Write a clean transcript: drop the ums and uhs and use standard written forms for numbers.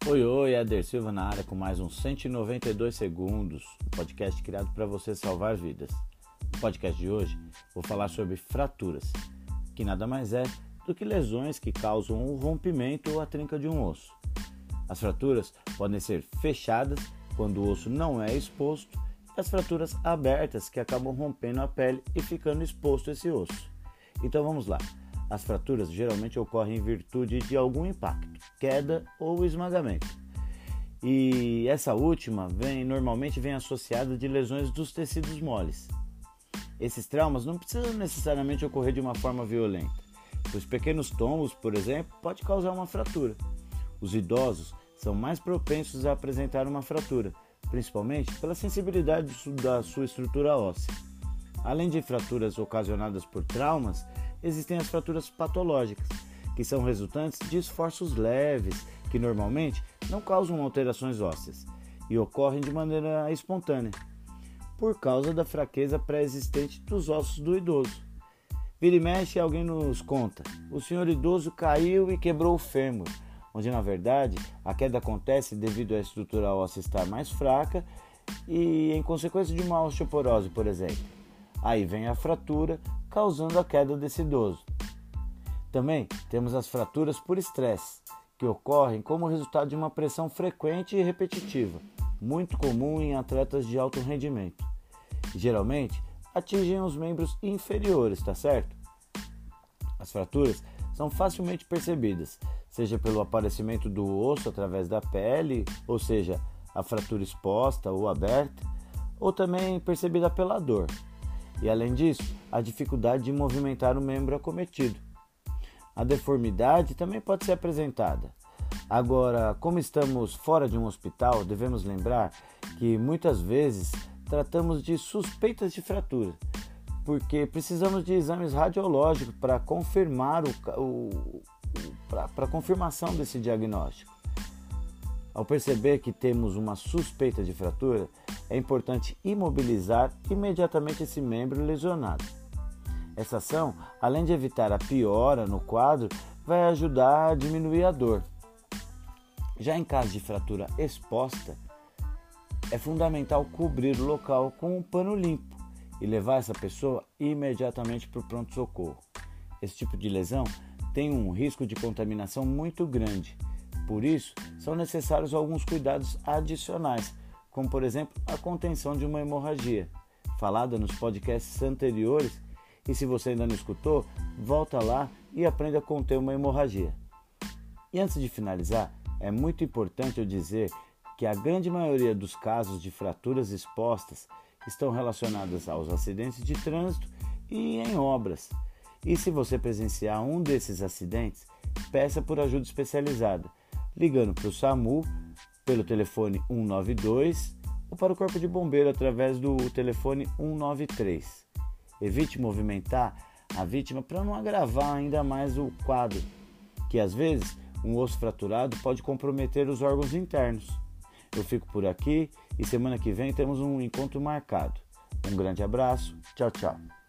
Oi, Éder Silva na área com mais uns 192 segundos, um podcast criado para você salvar vidas. No podcast de hoje, vou falar sobre fraturas, que nada mais é do que lesões que causam o rompimento ou a trinca de um osso. As fraturas podem ser fechadas, quando o osso não é exposto, e as fraturas abertas, que acabam rompendo a pele e ficando exposto esse osso. Então vamos lá. As fraturas geralmente ocorrem em virtude de algum impacto, queda ou esmagamento. E essa última normalmente vem associada de lesões dos tecidos moles. Esses traumas não precisam necessariamente ocorrer de uma forma violenta. Os pequenos tombos, por exemplo, podem causar uma fratura. Os idosos são mais propensos a apresentar uma fratura, principalmente pela sensibilidade da sua estrutura óssea. Além de fraturas ocasionadas por traumas, existem as fraturas patológicas, que são resultantes de esforços leves, que normalmente não causam alterações ósseas e ocorrem de maneira espontânea, por causa da fraqueza pré-existente dos ossos do idoso. Vira e mexe, alguém nos conta: o senhor idoso caiu e quebrou o fêmur, onde na verdade a queda acontece devido à estrutura óssea estar mais fraca e em consequência de uma osteoporose, por exemplo. Aí vem a fratura, causando a queda desse idoso. Também temos as fraturas por estresse, que ocorrem como resultado de uma pressão frequente e repetitiva, muito comum em atletas de alto rendimento. E, geralmente, atingem os membros inferiores, tá certo? As fraturas são facilmente percebidas, seja pelo aparecimento do osso através da pele, ou seja, a fratura exposta ou aberta, ou também percebida pela dor. E além disso, a dificuldade de movimentar o membro acometido. A deformidade também pode ser apresentada. Agora, como estamos fora de um hospital, devemos lembrar que muitas vezes tratamos de suspeitas de fratura, porque precisamos de exames radiológicos para confirmar para confirmação desse diagnóstico. Ao perceber que temos uma suspeita de fratura, é importante imobilizar imediatamente esse membro lesionado. Essa ação, além de evitar a piora no quadro, vai ajudar a diminuir a dor. Já em caso de fratura exposta, é fundamental cobrir o local com um pano limpo e levar essa pessoa imediatamente para o pronto-socorro. Esse tipo de lesão tem um risco de contaminação muito grande. Por isso, são necessários alguns cuidados adicionais, como por exemplo a contenção de uma hemorragia, falada nos podcasts anteriores, e se você ainda não escutou, volta lá e aprenda a conter uma hemorragia. E antes de finalizar, é muito importante eu dizer que a grande maioria dos casos de fraturas expostas estão relacionadas aos acidentes de trânsito e em obras. E se você presenciar um desses acidentes, peça por ajuda especializada, ligando para o SAMU pelo telefone 192 ou para o Corpo de Bombeiro através do telefone 193. Evite movimentar a vítima para não agravar ainda mais o quadro, que às vezes um osso fraturado pode comprometer os órgãos internos. Eu fico por aqui e semana que vem temos um encontro marcado. Um grande abraço, tchau.